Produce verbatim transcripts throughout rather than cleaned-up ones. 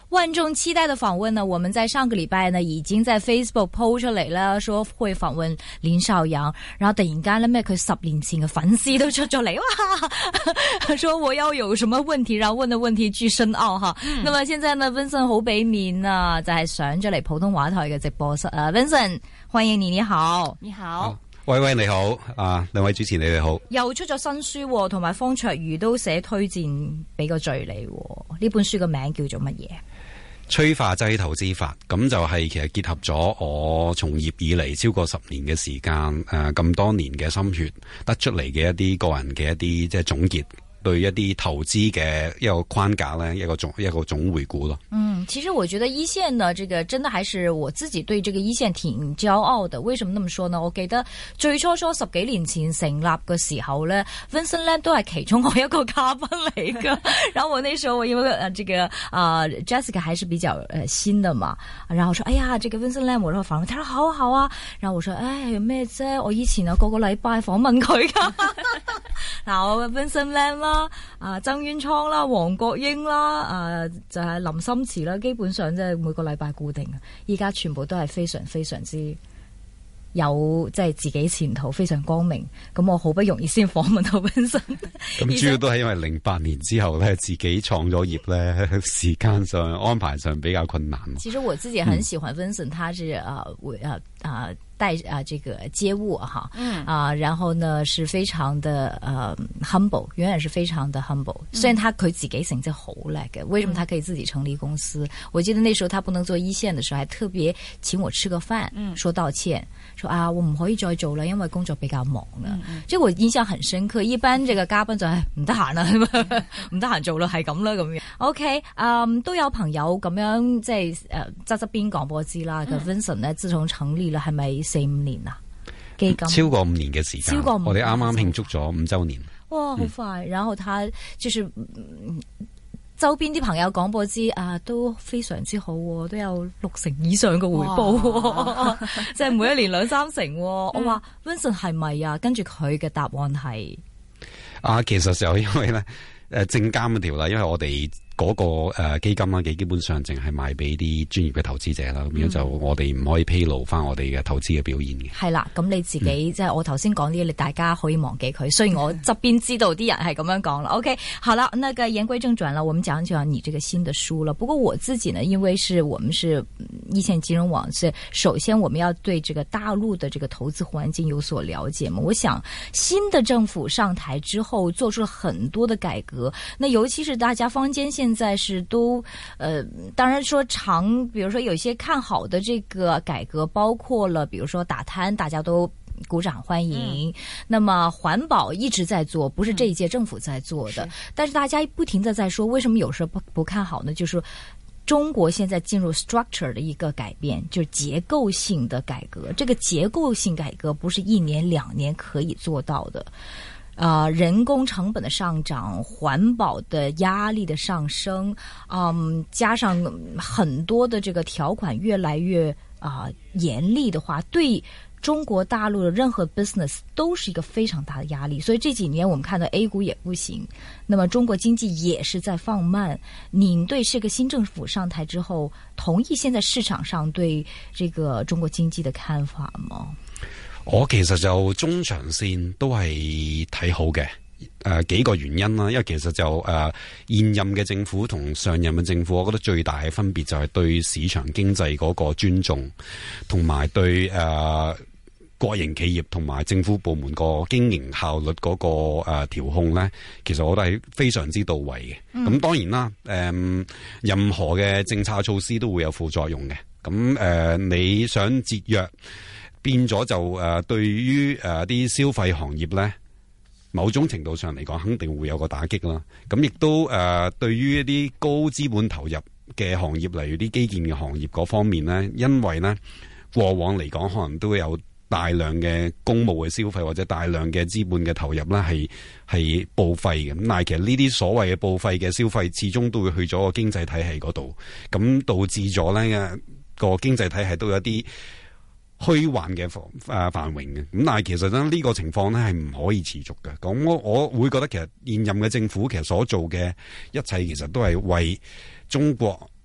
萬眾期待的訪問呢，我們在上個禮拜呢已經在 Facebook po 出嚟啦，說會訪問林少陽，然後突然間呢咩佢十年前嘅粉絲都出咗嚟，哇，說我要有什麼問題，然後問的問題巨深奧哈。嗯、那麼現在呢 Vincent 好俾面啊，就係上咗嚟普通話台嘅直播室啊 ，Vincent 歡迎你，你好， 你好。 喂喂，你好啊！兩位主持你哋好， 又出咗新書，同埋方卓瑜都寫推薦俾個序你。呢本書嘅名叫做乜嘢？ 催化劑投資法，咁就係其實結合咗我從業以嚟超過十年嘅時間，誒、呃、咁多年嘅心血得出嚟嘅一啲個人嘅一啲即係總結。對一啲投資嘅一個框架呢，一個總一個總回顧咯。 嗯，其實我覺得一線呢，這個真的還是我自己對這個一線挺驕傲的。為什麼那麼說呢？我記得最初初十幾年前成立嘅時候呢 Vincent Lam 都係其中我一個嘉賓嚟嘅。然後我那時候我因為呃這個啊、呃、Jessica 還是比較呃新的嘛，然後說哎呀，這個 Vincent Lam 我說訪問，他說好好啊。然後我說哎有咩啫？我以前啊個個禮拜訪問佢噶。嗱，我 Vincent Lam 啦。啊，曾淵滄啦，黃國英啦，啊，就係、是、林心慈啦，基本上即係每個禮拜固定，依家全部都係非常非常之有即係、就是、自己前途非常光明。咁我好不容易先訪問到 Vincent。 咁主要都係因為零八年之後咧，自己創咗業咧，時間上安排上比較困難。 其實我自己很喜歡 Vincent，、嗯、他是啊，我啊啊。帶啊，這個接物哈，嗯啊，然後呢是非常的呃 humble， 永遠是非常的 humble。雖然他佢自己成績好叻嘅，為什麼他可以自己成立公司？嗯、我記得那時候他不能做一線的時候，還特別請我吃個飯，嗯，說道歉，說啊我唔可以再做了，因為工作比較忙啦。嗯，即係我印象很深刻。一般這個嘉賓就係唔得閒啦，唔得閒做啦，係咁啦咁樣。OK，嗯，都有朋友咁樣即係誒側側邊講波知啦。個 Vincent 呢，自從成立了係咪？四五年啊，基金超過五年嘅時間， 超過五年， 我哋啱啱慶祝咗五周年。 哇，好快！嗯、然後他就是、嗯、周邊啲朋友講報知啊，都非常之好，都有六成以上嘅回報，即係每一年兩三成。嗯、我話 Vincent 係咪啊？跟住佢嘅答案係啊，其實就因為咧，誒證監嗰條啦，因為我哋。嗰、那個誒、呃、基金啦，基基本上淨係賣俾啲專業嘅投資者啦，咁、嗯、樣就我哋唔可以披露翻我哋嘅投資嘅表現嘅。係啦，咁你自己、嗯、即係我頭先講啲，你大家可以忘記佢。雖然我側邊知道啲人係咁樣講啦。OK， 好啦，那個言歸正傳啦，我們講講你這個新的書了。不過我自己呢，因為是我們是一線金融網，是首先我們要對這個大陸的這個投資環境有所了解嘛。我想新的政府上台之後，做出了很多的改革，那尤其是大家坊間現在是都，呃，當然說長，比如說有些看好的這個改革，包括了，比如說打貪，大家都鼓掌歡迎。嗯、那麼環保一直在做，不是這一屆政府在做的，嗯、是但是大家不停地在說，為什麼有時候不不看好呢？就是中國現在進入 structure 的一個改變，就是結構性的改革。這個結構性改革不是一年兩年可以做到的。啊、呃，人工成本的上漲，環保的壓力的上升，嗯，加上很多的這個條款越來越啊、呃、嚴厲的話，對中國大陸的任何 business 都是一個非常大的壓力。所以這幾年我們看到 A 股也不行，那麼中國經濟也是在放慢。您對這個新政府上台之後，同意現在市場上對這個中國經濟的看法嗎？我其實就中長線都係睇好嘅，誒、呃、幾個原因啦，因為其實就誒、呃、現任嘅政府同上任嘅政府，我覺得最大嘅分別就係對市場經濟嗰個尊重，同埋對誒、呃、國營企業同埋政府部門個經營效率嗰、那個誒、呃、調控咧，其實我覺得係非常之到位嘅。咁、嗯、當然啦，誒、呃、任何嘅政策措施都會有副作用嘅。咁誒、呃、你想節約？變咗就誒、呃，對於誒啲消費行業咧，某種程度上嚟講，肯定會有個打擊啦。咁亦都誒、呃，對於一啲高資本投入嘅行業，例如啲基建嘅行業嗰方面咧，因為咧過往嚟講，可能都會有大量嘅公務嘅消費或者大量嘅資本嘅投入咧，係係報廢嘅。咁但係其實呢啲所謂嘅報廢嘅消費，始終都會去咗個經濟體系嗰度，咁導致咗咧個經濟體系都有一啲虛幻嘅繁誒繁榮嘅，咁但係其實咧呢個情況咧係唔可以持續嘅。咁我我會覺得其實現任嘅政府其實所做嘅一切其實都係為中國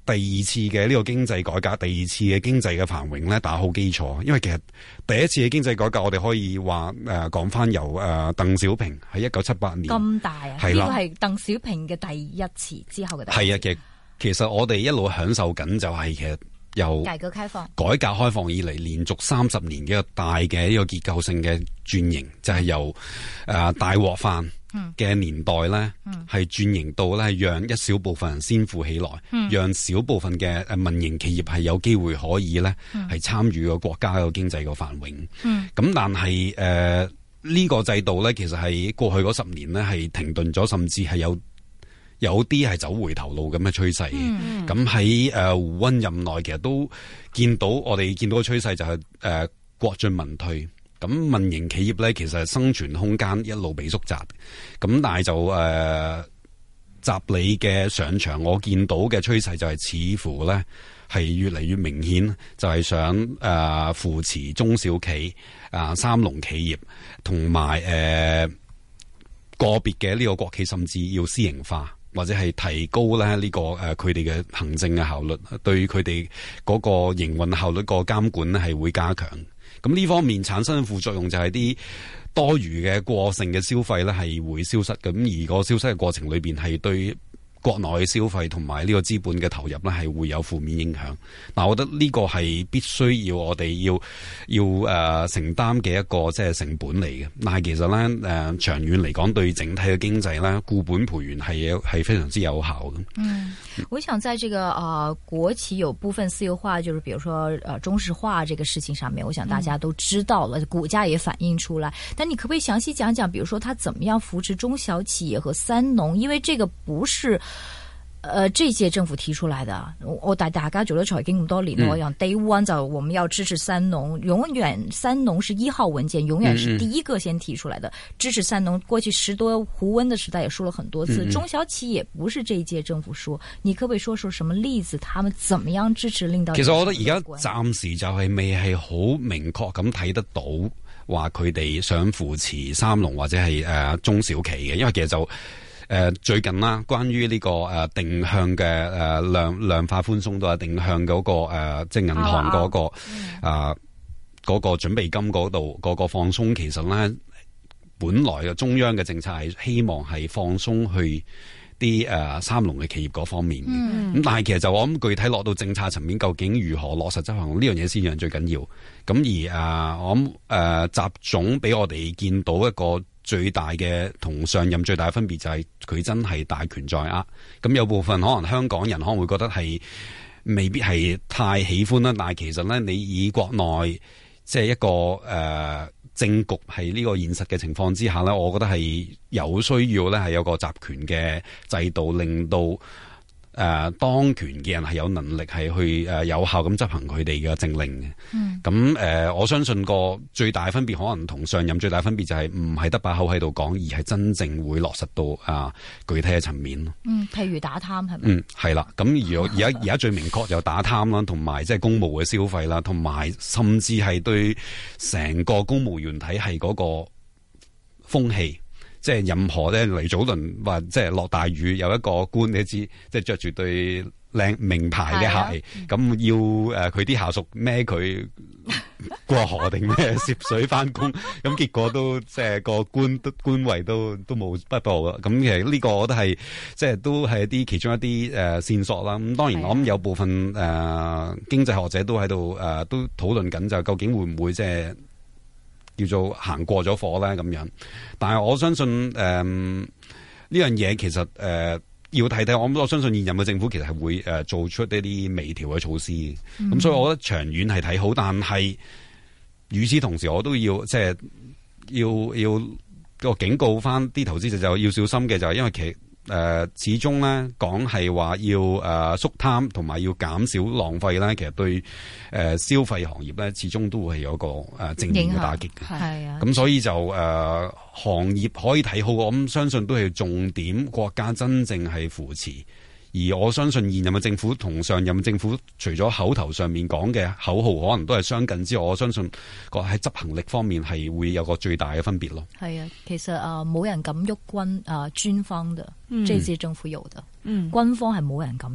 第二次嘅呢個經濟改革，第二次嘅經濟嘅繁榮咧打好基礎。因為其實第一次嘅經濟改革，我哋可以話誒講翻由誒、呃、鄧小平喺一九七八年咁大啊，呢個係鄧小平嘅第一次之後嘅第一次。係啊， 其實其實我哋一路享受緊就係其實由改革開放改革開放以嚟，連續三十年嘅一個大嘅呢個結構性嘅轉型，就係、是、由誒、呃、大鍋飯嘅年代咧，係、嗯、轉型到咧，讓一小部分人先富起來，嗯、讓少部分嘅誒民營企業係有機會可以咧係參與個國家嘅經濟個繁榮。咁、嗯、但係誒呢個制度咧，其實係過去嗰十年咧係停頓咗，甚至係有有啲係走回頭路咁嘅趨勢。咁喺誒胡溫任內，其實都見到我哋見到嘅趨勢就係、是、誒、呃、國進民退。咁民營企業咧，其實生存空間一路被縮窄，咁但係就誒習李嘅上場，我見到嘅趨勢就係似乎咧係越嚟越明顯，就係想誒、呃、扶持中小企啊、呃、三農企業，同埋誒個別嘅呢個國企，甚至要私營化，或者係提高咧、這、呢個誒佢哋嘅行政嘅效率，對佢哋嗰個營運效率個監管咧係會加強。咁呢方面產生嘅副作用就係啲多餘嘅過剩嘅消費咧係會消失，咁而個消失嘅過程裏邊係對國內嘅消費同埋呢個資本嘅投入咧係會有負面影響。嗱，我覺得呢個係必須要我哋要要誒、呃、承擔嘅一個即係成本嚟嘅。但係其實咧誒、呃、長遠嚟講，對整體嘅經濟咧固本培元係係非常之有效嘅。 嗯，我想在這個呃國企有部分私有化，就是比如說呃中石化這個事情上面，我想大家都知道了，嗯、股價也反映出來。但你可不可以詳細講講，比如說它怎麼樣扶持中小企業和三農？因為這個不是。誒、呃，這屆政府提出來的，我帶大家做咗財經咁多年，我講 Day One 就我們要支持三農，永遠三農是一號文件，永遠是第一個先提出來的，嗯嗯支持三農。過去十多胡溫的時代也說了很多次，嗯嗯中小企也不是這一屆政府說，你可不可以說說什麼例子，他們怎麼樣支持令到？ 其實我覺得而家暫時就係未係好明確咁睇得到，話佢哋想扶持三農或者係誒、呃、中小企嘅，因為其實就。誒、呃，最近啦，關於呢、這個誒、呃、定向嘅誒、呃、量量化寬鬆都係定向嗰、那個誒、呃，即係銀行嗰、那個啊嗰、呃那個準備金嗰度嗰個放鬆，其實咧本來嘅中央嘅政策係希望係放鬆去啲誒、呃、三農嘅企業嗰方面嘅，咁、嗯、但係其實就我諗具體落到政策層面，究竟如何落實執行呢樣嘢先係最緊要。咁而誒、呃、我諗誒習總俾我哋見到一個。最大嘅同上任最大嘅分別就係佢真係大權在握，咁有部分可能香港人可能會覺得係未必係太喜歡啦，但係其實咧你以國內即係一個誒、呃、政局係呢個現實嘅情況之下咧，我覺得係有需要咧係有個集權嘅制度，令到誒、呃，當權嘅人係有能力係去誒、呃、有效咁執行佢哋嘅政令嘅。嗯，咁誒、呃，我相信個最大分別可能同上任最大分別就係唔係得把口喺度講，而係真正會落實到啊、呃、具體嘅層面咯。嗯， 譬如打貪係咪？ 嗯，係啦。咁而而家而家最明確就打貪啦，同埋即係公務嘅消費啦，同埋甚至係對成個公務員體系嗰個風氣。即係任何咧，黎祖倫話，即係落大雨有一個官，你知，即係着住對靚名牌嘅鞋，咁、啊、要誒佢啲下屬孭佢過河定咩涉水翻工，咁結果都即係個官官位都都冇不保啦。咁其實呢個我覺得係即係都係一啲其中一啲誒、呃、線索啦。咁當然我諗有部分誒、呃、經濟學者都喺度誒都討論緊，就究竟會唔會即係。叫做行過咗火咧咁樣，但係我相信誒呢、呃、樣嘢其實誒、呃、要睇睇，我我相信現任嘅政府其實係會誒、呃、做出一啲微調嘅措施，咁、嗯、所以我覺得長遠係睇好，但係與此同時我都要即係要要個警告翻啲投資者就要小心嘅，就係因為其實。誒、呃，始終咧講係話要誒縮貪同埋要減少浪費咧，其實對誒、呃、消費行業咧，始終都會係有一個誒、呃、正面嘅打擊嘅。係啊，咁所以就誒、呃、行業可以睇好，我諗相信都係重點，國家真正係扶持。而我相信現任嘅政府同上任政府，除咗口頭上面講嘅口號可能都係相近之外，我相信個喺執行力方面係會有個最大嘅分別咯。係啊， 其實啊冇人敢喐軍啊軍方嘅，這次政府有的，嗯，軍方係冇人敢喐嘅。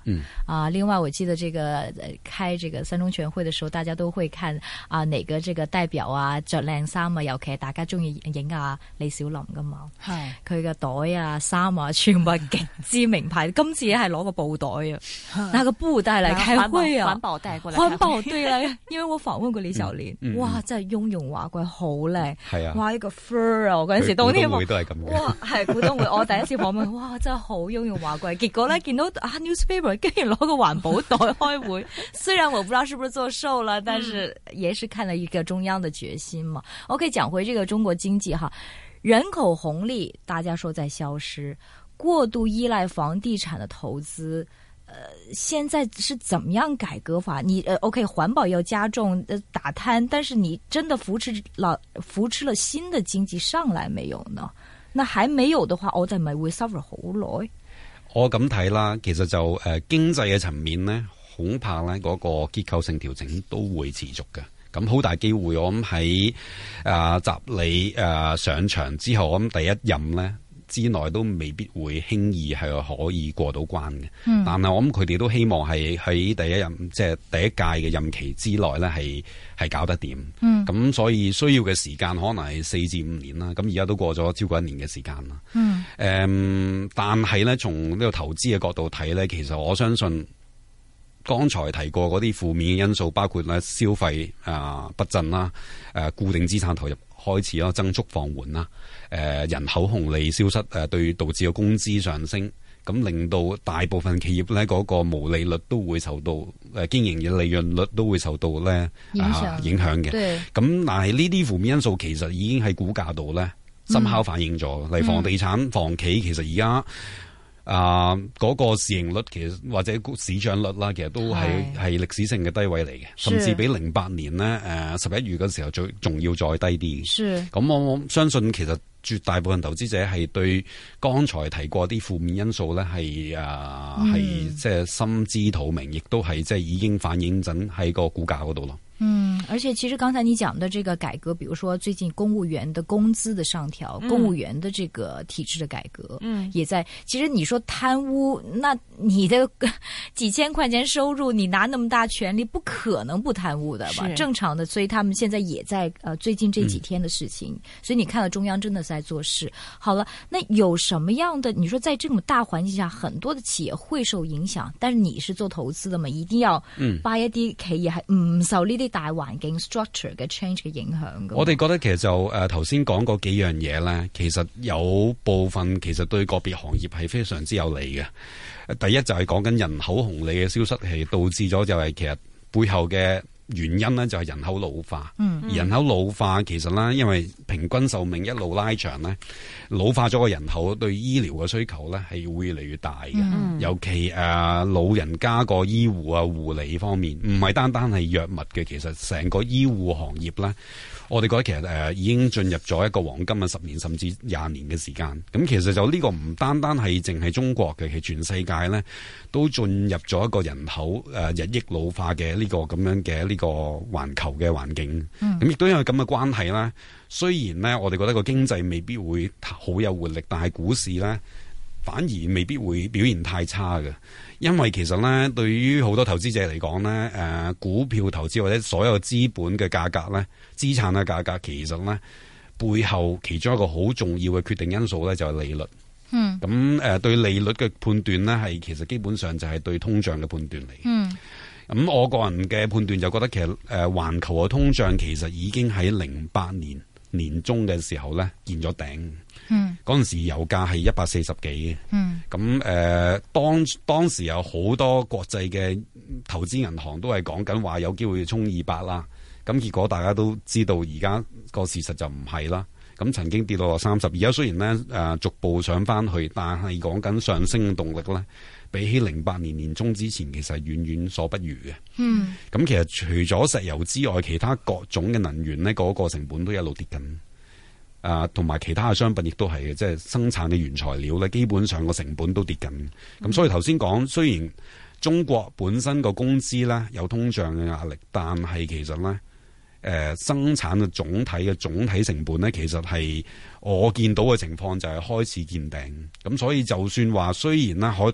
嗯啊，另外我記得這個開這個三中全會的時候，大家都會看啊，哪個這個代表啊着靚衫啊，尤其係大家中意影啊李小琳噶嘛，係佢嘅袋啊衫啊，全部係極之名牌。今次係攞個布袋啊，拿個布袋嚟開會啊， 環保袋過嚟， 環保對啦，因為我訪問過李小琳，嗯、哇，真係雍容華貴，好靚，係啊，哇，一個 fur 啊，我嗰陣時當天股東會都係咁嘅， 哇，係股東會，我第一次訪問，哇，真係好雍容華貴，結果咧見到啊 newspaper 竟然攞個環保袋開會，雖然我不知道是不是做瘦了，但是也是看了一個中央的決心嘛。OK， 講回這個中國經濟哈，人口紅利大家說在消失，過度依賴房地產的投資，呃，現在是怎麼樣改革法？你呃 OK， 環保要加重，呃打貪，但是你真的扶持了扶持了新的經濟上來沒有呢？那還沒有的話，我哋咪會 suffer 好耐。 我咁睇啦，其實就誒、呃、經濟嘅層面咧，恐怕咧嗰、那個結構性調整都會持續嘅。咁好大機會，我諗喺啊習理誒上場之後，我諗第一任咧之內都未必會輕易係可以過到關嘅。嗯、但係我諗佢哋都希望係喺第一任即係、就是、第一屆嘅任期之內咧係係搞得掂。咁、嗯、所以需要嘅時間可能係四至五年啦。咁而家都過咗超過一年嘅時間啦。嗯嗯、但係咧從呢個投資嘅角度睇咧，其實我相信剛才提過嗰啲負面嘅因素，包括咧消費啊、呃、不振啦、誒、呃、固定資產投入開始啦、增速放緩啦、誒、呃、人口紅利消失誒、呃，對導致個工資上升，咁令到大部分企業咧嗰、那個毛利率都會受到誒、呃、經營嘅利潤率都會受到咧影響、呃、影響嘅。咁但係呢啲負面因素其實已經喺股價度咧深刻反映咗。例如、嗯、房地產、嗯、房企其實而家。啊！嗰、呃那個市盈率其實或者市漲率啦，其實都係係歷史性嘅低位嚟嘅，甚至比零八年咧誒十一月嘅時候最仲要再低啲。咁我我相信其實絕大部分投資者係對剛才提過啲負面因素咧係啊係即係心知肚明，亦都係即係已經反映緊喺個股價嗰度咯。 嗯，而且其實剛才你講的這個改革，比如說最近公務員的工資的上調，嗯、公務員的這個體制的改革，嗯，也在。其實你說貪污，那你的幾千塊錢收入，你拿那麼大權力，不可能不貪污的吧？是正常的，所以他們現在也在呃最近這幾天的事情，嗯、所以你看到中央真的是在做事。好了，那有什麼樣的？你說在這麼大環境下，很多的企業會受影響，但是你是做投資的嘛，一定要把一啲企業係唔受呢啲大環境 structure 嘅 change 嘅影響嘅。我哋覺得其實就誒頭先講嗰幾樣嘢咧，其實有部分其實對個別行業係非常之有利嘅。第一就係講緊人口紅利嘅消失，係導致咗就係其實背後嘅原因咧就係人口老化。嗯，而人口老化其實咧，因為平均壽命一路拉長咧，老化咗個人口對醫療嘅需求咧係會越嚟越大嘅。嗯、尤其誒、呃、老人家個醫護啊護理方面，唔係單單係藥物嘅，其實成個醫護行業咧，我哋覺得其實誒、呃、已經進入咗一個黃金嘅十年甚至廿年嘅時間。咁其實就呢個唔單單係淨係中國嘅，其實全世界咧都進入咗一個人口誒、呃、日益老化嘅呢個咁樣嘅呢個環球嘅環境。咁亦都因為咁嘅關係啦，雖然咧我哋覺得個經濟未必會好有活力，但係股市咧反而未必會表現太差嘅。因為其實咧，對於好多投資者嚟講咧，誒、呃，股票投資或者所有資本嘅價格咧，資產嘅價格，其實咧背後其中一個好重要嘅決定因素咧就係利率。嗯。咁誒、呃，對利率嘅判斷咧，係其實基本上就係對通脹嘅判斷嚟。嗯。咁我個人嘅判斷就覺得其實誒，環、呃、球嘅通脹其實已經喺零八年年中嘅時候咧見咗頂。嗯，嗰陣時油價係一百四十幾嘅。嗯，咁誒、呃，當當時有好多國際嘅投資銀行都係講緊話有機會衝二百啦。咁結果大家都知道而家個事實就唔係啦。咁曾經跌到落三十，而家雖然咧誒、呃、逐步上翻去，但係講緊上升嘅動力咧，比起零八年年中之前，其實係遠遠所不如嘅。嗯，咁其實除咗石油之外，其他各種嘅能源咧，嗰、那個成本都一路跌緊。啊，同埋其他嘅商品亦都係嘅，即係生產嘅原材料咧，基本上個成本都跌緊。咁、嗯、所以頭先講，雖然中國本身個工資咧有通脹嘅壓力，但係其實咧，誒、呃、生產嘅總體嘅總體成本咧，其實係我見到嘅情況就係開始見頂。咁所以就算話雖然咧可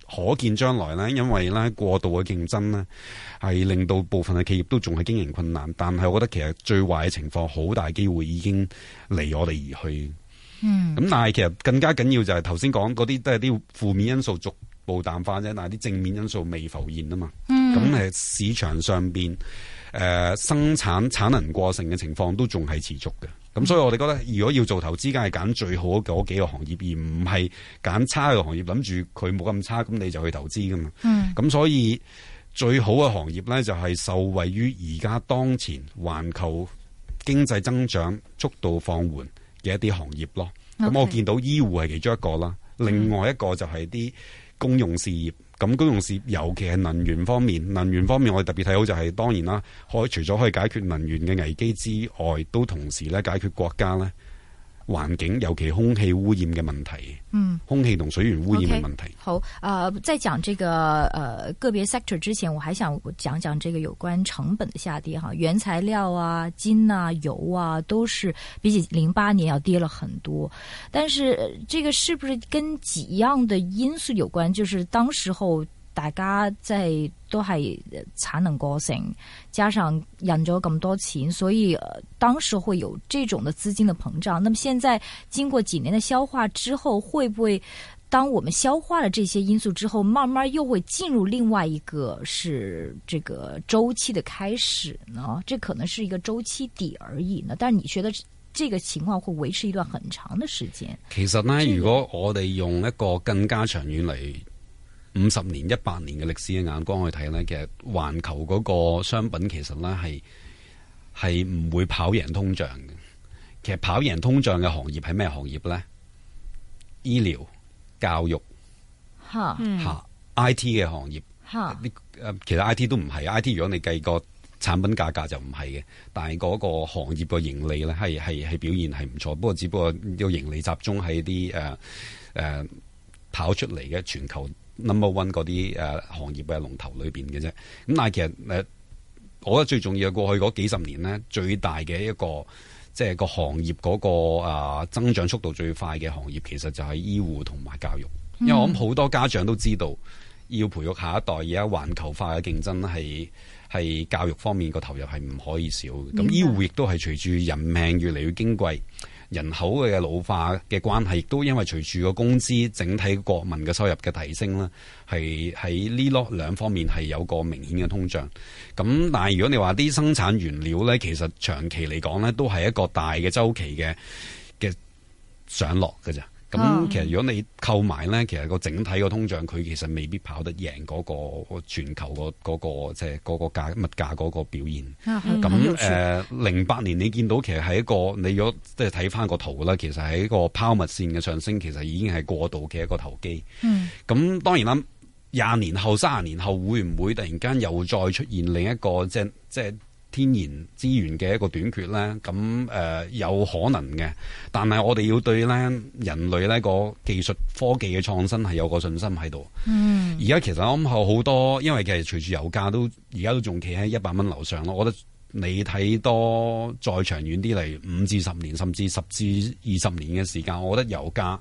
可見將來咧，因為咧過度嘅競爭咧，係令到部分嘅企業都仲係經營困難。但係我覺得其實最壞嘅情況，好大機會已經離我哋而去。嗯，咁但係其實更加緊要就係頭先講嗰啲都係啲負面因素逐步淡化啫，但係啲正面因素未浮現啊嘛。嗯，咁誒市場上邊誒、呃、生產產能過剩嘅情況都仲係持續嘅。咁、嗯、所以我哋覺得如果要做投資，梗係揀最好嗰幾個行業，而唔係揀差嘅行業，諗住佢冇咁差，咁你就去投資噶嘛。嗯，咁所以最好嘅行業咧就係、是、受惠於而家當前環球經濟增長速度放緩嘅一啲行業咯。咁 Okay. 我見到醫護係其中一個啦，另外一個就係啲公用事業。咁公用事業尤其係能源方面，能源方面我哋特別睇好就係、是、當然啦，可以除咗可以解決能源嘅危機之外，都同時咧解決國家咧環境，尤其空氣污染嘅問題。嗯，空氣同水源污染嘅問題。Okay. 好，呃，在講這個呃個別 sector 之前，我還想講講這個有關成本的下跌哈，原材料啊、金啊、油啊，都是比起零八年要跌了很多。但是這個是不是跟幾樣的因素有關？就是當時候大家即係都係產能過剩，加上印咗咁多錢，所以、呃、當時會有這種的資金的膨脹。那麼現在經過幾年的消化之後，會不會當我們消化了這些因素之後，慢慢又會進入另外一個是這個周期的開始呢？這可能是一個周期底而已呢。但是你覺得這個情況會維持一段很長的時間？ 其實呢，如果我哋用一個更加長遠嚟五十年、一百年嘅歷史嘅眼光去睇呢，其實環球嗰個商品其實呢係係唔會跑贏通脹嘅。其實跑贏通脹嘅行業係咩行業呢？醫療、教育、吓吓 I T 嘅行業，吓啲誒，其實 I T 都唔係 I T。如果你計個產品價格就唔係嘅，但係嗰個行業嘅盈利咧係係係表現係唔錯。不過只不過個盈利集中喺啲誒誒跑出嚟嘅全球 number one 嗰啲誒行業嘅龍頭裏邊嘅啫。咁但係其實誒、呃，我覺得最重要嘅過去嗰幾十年咧，最大嘅一個即係個行業嗰、那個啊、呃、增長速度最快嘅行業，其實就係醫護同埋教育。因為我諗好多家長都知道，要培育下一代，而家環球化嘅競爭係係教育方面個投入係唔可以少。咁、嗯、醫護亦都係隨住人命越嚟越矜貴，人口嘅老化嘅關係，亦都因為隨住個工資整體國民嘅收入嘅提升啦，係喺呢咯兩方面係有個明顯嘅通脹。咁但係如果你話啲生產原料咧，其實長期嚟講咧都係一個大嘅周期嘅嘅上落㗎咋。咁、嗯、其實如果你購買咧，其實個整體個通脹佢其實未必跑得贏嗰個全球個嗰個即係嗰個價物價嗰個表現。咁誒零八年你見到其實係一個你如果即係睇翻個圖啦，其實係一個拋物線嘅上升，其實已經係過度嘅一個投機。嗯，咁當然啦，廿年後、三十年後會唔會突然間又再出現另一個即係即係天然資源嘅一個短缺咧？咁誒、呃、有可能嘅，但係我哋要對咧人類咧個技術科技嘅創新係有個信心喺度。嗯，而家其實我諗後好多，因為其實隨住油價都而家都仲企喺一百蚊樓上咯。我覺得你睇多再長遠啲嚟，五至十年甚至十至二十年嘅時間，我覺得油價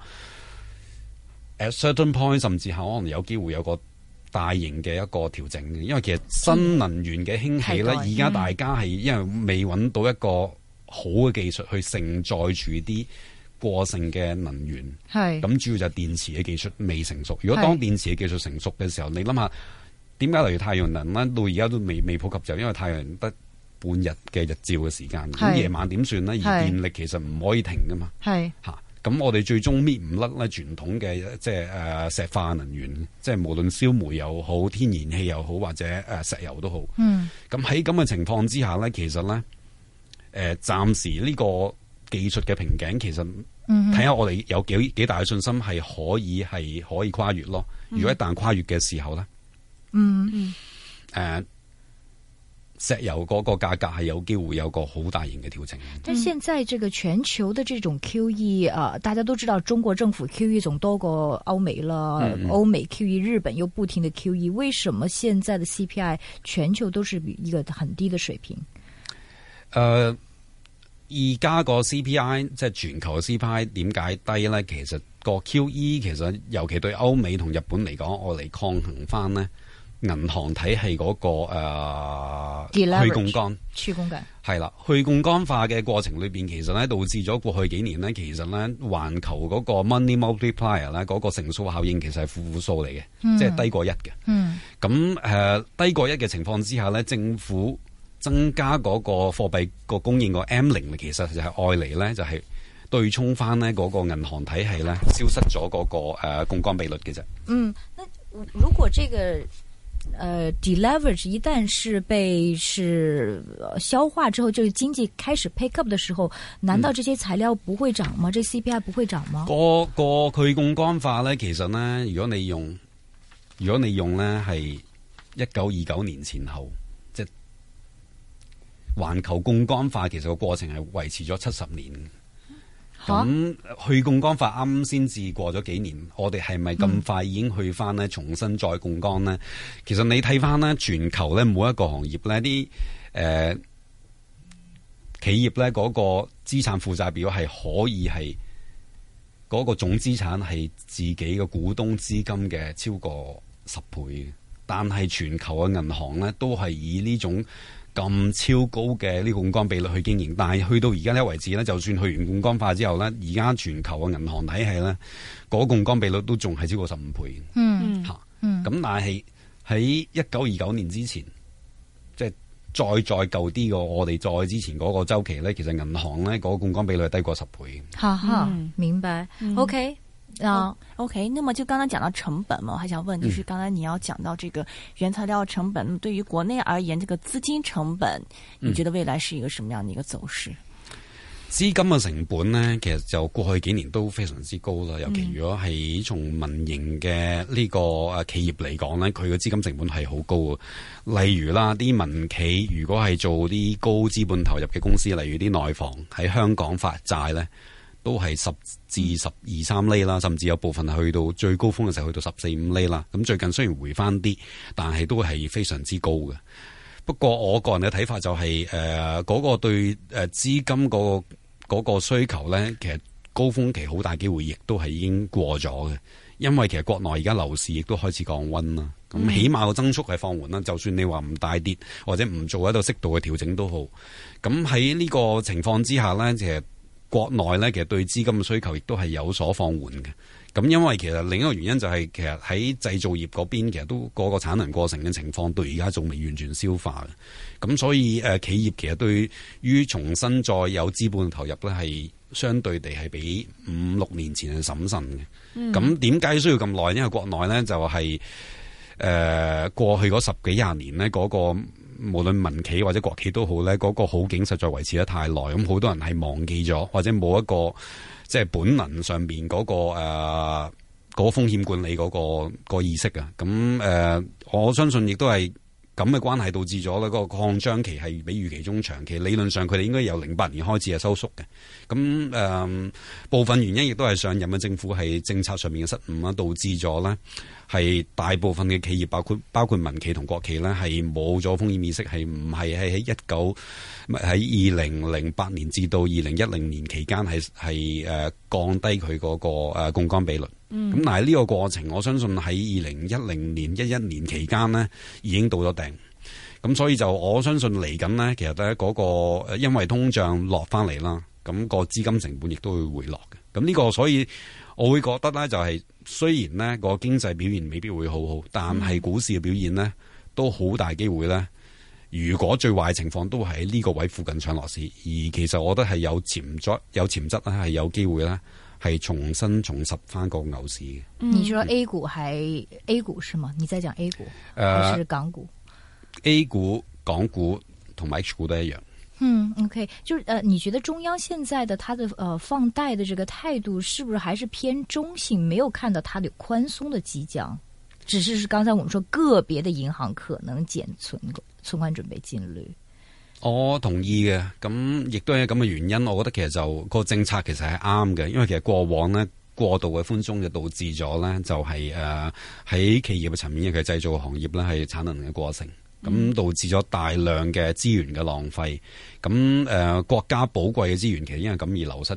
at certain point 甚至係可能有機會有個大型嘅一個調整嘅，因為其實新能源嘅興起咧，而家、嗯、大家係因為未揾到一個好嘅技術去承載住啲過剩嘅能源，係咁主要就係電池嘅技術未成熟。如果當電池嘅技術成熟嘅時候，你諗下點解例如太陽能咧到而家都未未普及，就因為太陽能得半日嘅日照嘅時間，咁夜晚點算咧？而電力其實唔可以停噶嘛，係吓。咁我哋最終搣唔甩咧傳統嘅即係誒石化能源，即係無論燒煤又好、天然氣又好，或者誒石油都好。嗯。咁喺咁嘅情況之下咧，其實咧誒、呃、暫時呢個技術嘅瓶頸，其實睇下我哋有幾幾大嘅信心係可以係可以跨越咯。如果一旦跨越嘅時候咧，嗯嗯誒。呃石油嗰個價格係有機會有個好大型嘅調整。 但現在這個全球的這種 Q E 啊、呃，大家都知道中國政府 Q E 總多過歐美啦，嗯、歐美 Q E， 日本又不停的 Q E， 為什麼現在的 C P I 全球都是一個很低的水平？ 誒、呃，而家個 C P I 即係全球嘅 C P I 點解低咧？其實個 Q E 其實尤其對歐美同日本嚟講，我嚟抗衡翻呢銀行體系嗰、那個誒、呃、去槓桿， 去槓桿係啦，去槓桿化嘅過程裏邊，其實咧導致咗過去幾年咧，其實咧環球嗰個 money multiplier 咧嗰個乘數效應其實係負數嚟嘅，嗯、即係低過一嘅。嗯，咁誒、呃、低過一嘅情況之下咧，政府增加嗰個貨幣個供應個 M 零，其實就係愛嚟咧，就係、是。對沖翻呢嗰個銀行體系咧，消失咗嗰、那個誒槓桿比率嘅啫。 嗯，那如果這個誒、呃、deleverage 一旦是被是消化之後，就經濟開始 pick up 的時候，難道這些材料不會漲嗎？嗯、這 C P I 不會漲嗎？ 個個去槓桿化咧，其實咧，如果你用如果你用咧係一九二九年前後，即係環球槓桿化，其實個過程係維持咗七十年。咁去槓桿法啱先至過咗幾年，我哋係咪咁快已經去翻咧？重新再槓桿呢？嗯、其實你睇翻咧，全球咧每一個行業咧，啲誒、呃、企業咧嗰、那個資產負債表係可以係嗰、那個總資產係自己嘅股東資金嘅超過十倍，但係全球嘅銀行咧都係以呢種咁超高嘅呢個槓桿比率去經營，但係去到而家呢為止咧，就算去完槓桿化之後咧，而家全球嘅銀行體系咧，嗰個槓桿比率都仲係超過十五倍。嗯，嚇、啊，嗯，咁但係喺一九二九年之前，即係再再舊啲個我哋再之前嗰個週期咧，其實銀行咧嗰個槓桿比率係低過十倍。 哈哈，明白。嗯、OK。啊、 uh, ，OK，那麼就剛才講到成本嘛，我還想問，就是剛才你要講到這個原材料成本，嗯、對於國內而言，這個資金成本，你覺得未來是一個什麼樣的一個走勢？ 資金嘅成本呢，其實就過去幾年都非常之高啦，尤其如果係從民營嘅呢個誒企業嚟講呢，佢嘅資金成本係好高嘅。例如啦，啲民企如果係做啲高資本投入嘅公司，例如啲內房喺香港發債呢，都係十至十二三厘啦，甚至有部分去到最高峰嘅時候去到十四五厘啦。咁最近雖然回翻啲，但係都係非常之高嘅。不過我個人嘅睇法就係誒嗰個對誒資金個嗰個需求咧，其實高峰期好大機會亦都係已經過咗嘅。因為其實國內而家樓市亦都開始降溫啦，咁、嗯、起碼個增速係放緩啦。就算你話唔大跌或者唔做一個適度嘅調整都好，咁喺呢個情況之下咧，其實國內咧，其實對資金嘅需求亦都係有所放緩嘅。咁因為其實另一個原因就係、是、其實喺製造業嗰邊，其實都個個產能過剩嘅情況，到而家仲未完全消化嘅。咁所以誒、呃，企業其實對於重新再有資本投入咧，係相對地係比五六年前係審慎嘅。咁點解需要咁耐？因為國內咧就係、是、誒、呃、過去嗰十幾廿年咧嗰、那個。無論民企或者國企都好咧，嗰、那個好景實在維持得太耐，咁好多人係忘記咗，或者冇一個即係本能上邊嗰、那個誒嗰、呃那個風險管理嗰、那個、那個意識啊。咁誒、呃，我相信亦都係咁嘅關係導致咗咧，個擴張期係比預期中長期。理論上佢哋應該由零八年開始係收縮嘅。咁誒、呃、部分原因亦都係上任嘅政府係政策上面嘅失誤啊，導致咗咧。係大部分嘅企業，包括包括民企同國企咧，係冇咗風險意識，係唔係喺喺一九喺二零零八年至到二零一零年期間係係誒降低佢嗰個誒槓桿比率。咁、嗯、但係呢個過程，我相信喺二零一零年一一年期間呢已經到咗頂。咁所以就我相信嚟緊呢，其實咧嗰個因為通脹落翻嚟啦，咁、那個資金成本亦都會回落嘅。咁呢個所以我會覺得咧就係、是。雖然呢個經濟表現未必會好好，但係股市嘅表現呢都好大機會呢。如果最壞情況都係喺呢個位附近上落市，而其實我覺得係有潛質、有潛質咧，係有機會咧係重新重拾翻個牛市嘅。 你說 A 股係 A 股是嗎？你在講 A 股，呃、還是港股 ？A 股、港股同埋 H 股都一樣。 嗯 ，OK， 就是呃，你覺得中央現在的它的呃放貸的這個態度，是不是還是偏中性？沒有看到它的寬鬆的跡象，只是是剛才我們說個別的銀行可能減存存款準備金率。 我同意嘅，咁亦都係咁嘅原因。我覺得其實就個政策其實係啱嘅，因為其實過往呢過度嘅寬鬆就導致咗呢，就係誒喺企業嘅層面，嘅製造行業呢係產能嘅過剩。咁、嗯、導致咗大量嘅資源嘅浪費，咁誒、呃、國家寶貴嘅資源其實因為咁而流失咗，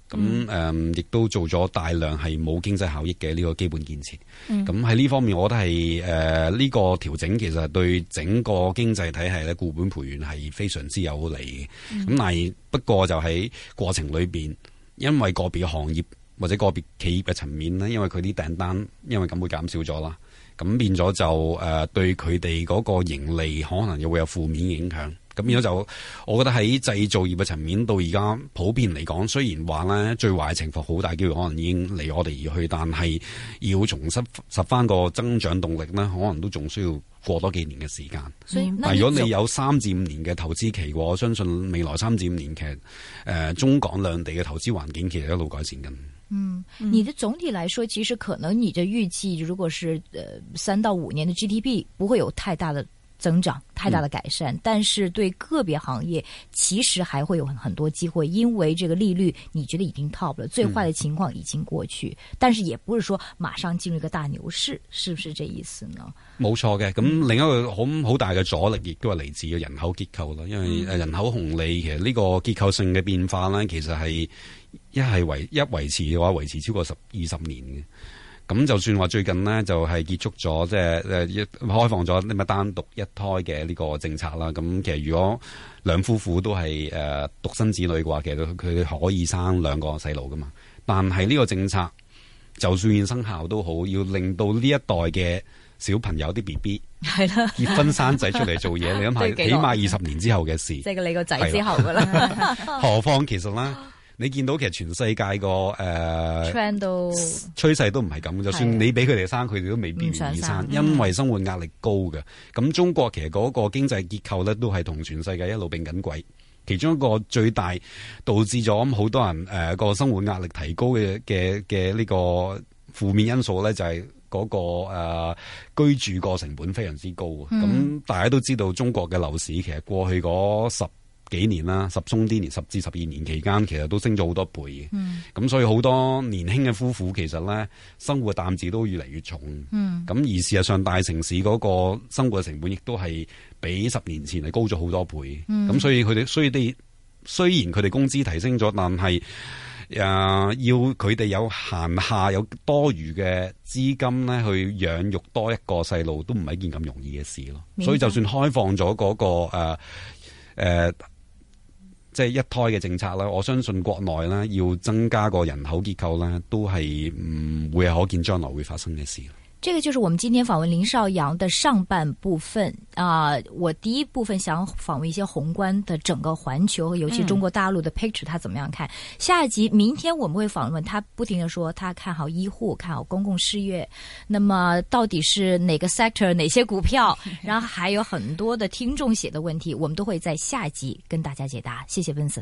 咁誒亦都做咗大量係冇經濟效益嘅呢個基本建設。咁喺呢方面，我覺得係誒呢個調整其實對整個經濟體系咧固本培元係非常之有利嘅。咁、嗯、但係不過就喺過程裏邊，因為個別行業或者個別企業嘅層面咧，因為佢啲訂單因為咁會減少咗啦，咁變咗就誒、呃、對佢哋嗰個盈利可能又會有負面影響。咁變咗就，我覺得喺製造業嘅層面到而家普遍嚟講，雖然話咧最壞嘅情況好大機會可能已經離我哋而去，但係要重拾拾翻個增長動力咧，可能都仲需要過多幾年嘅時間。所以，但如果你有三至五年嘅投資期，我相信未來三至五年其實誒、呃、中港兩地嘅投資環境其實一路改善緊。 嗯，你的總體來說，其實可能你的預計，如果是呃三到五年的 G D P 不會有太大的增長，太大的改善，嗯、但是對個別行業其實還會有很很多機會，因為這個利率你覺得已經 top 了，最壞的情況已經過去，嗯、但是也不是說馬上進入一個大牛市，是不是這意思呢？冇錯嘅，咁另一個好好大嘅阻力亦都係嚟自嘅人口結構啦，因為人口紅利其實呢個結構性嘅變化咧，其實係一係維一維持嘅話，維持超過十二十年嘅。咁就算話最近呢，就係結束咗，即係誒一開放咗呢個單獨一胎嘅呢個政策啦。咁其實如果兩夫婦都係誒獨生子女嘅話，其實佢佢可以生兩個細路噶嘛。但係呢個政策就算生效都好，要令到呢一代嘅小朋友啲 B B 係啦結婚生仔出嚟做嘢，你諗下，起碼二十年之後嘅事，即係你個仔之後噶啦。何況其實咧。你見到其實全世界個誒 trend 都趨勢都唔係咁，就算你俾佢哋生，佢哋都未必願意生，因為生活壓力高嘅。咁、嗯、中國其實嗰個經濟結構咧，都係同全世界一路並緊軌。其中一個最大導致咗好多人誒個、呃、生活壓力提高嘅嘅嘅呢個負面因素咧，就係、是、嗰、那個誒、呃、居住個成本非常之高。咁、嗯、大家都知道中國嘅樓市其實過去嗰十幾年啦，十鬆啲年，十至十二年期間，其實都升咗好多倍嘅。咁、嗯、所以好多年輕嘅夫婦其實咧，生活擔子都越嚟越重。咁、嗯、而事實上，大城市嗰個生活成本亦都係比十年前係高咗好多倍。咁、嗯、所以佢哋，所以啲雖然佢哋工資提升咗，但係誒、呃、要佢哋有閒下有多餘嘅資金咧，去養育多一個細路，都唔係一件咁容易嘅事咯。所以就算開放咗嗰、那個誒誒。呃呃即係一胎嘅政策啦，我相信國內咧要增加個人口結構咧，都係唔會係可見將來會發生嘅事。 這個就是我們今天訪問林少陽的上半部分啊、呃。我第一部分想訪問一些宏觀的整個環球，尤其中國大陸的 picture，他怎麼樣看？嗯、下一集明天我們會訪問他，不停地說他看好醫護，看好公共事業。那麼到底是哪個 sector， 哪些股票？然後還有很多的聽眾寫的問題，我們都會在下一集跟大家解答。謝謝 Vincent。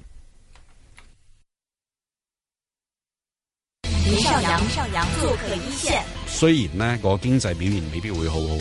林少陽，林少陽做客一線。 雖然呢個經濟表現未必會好好。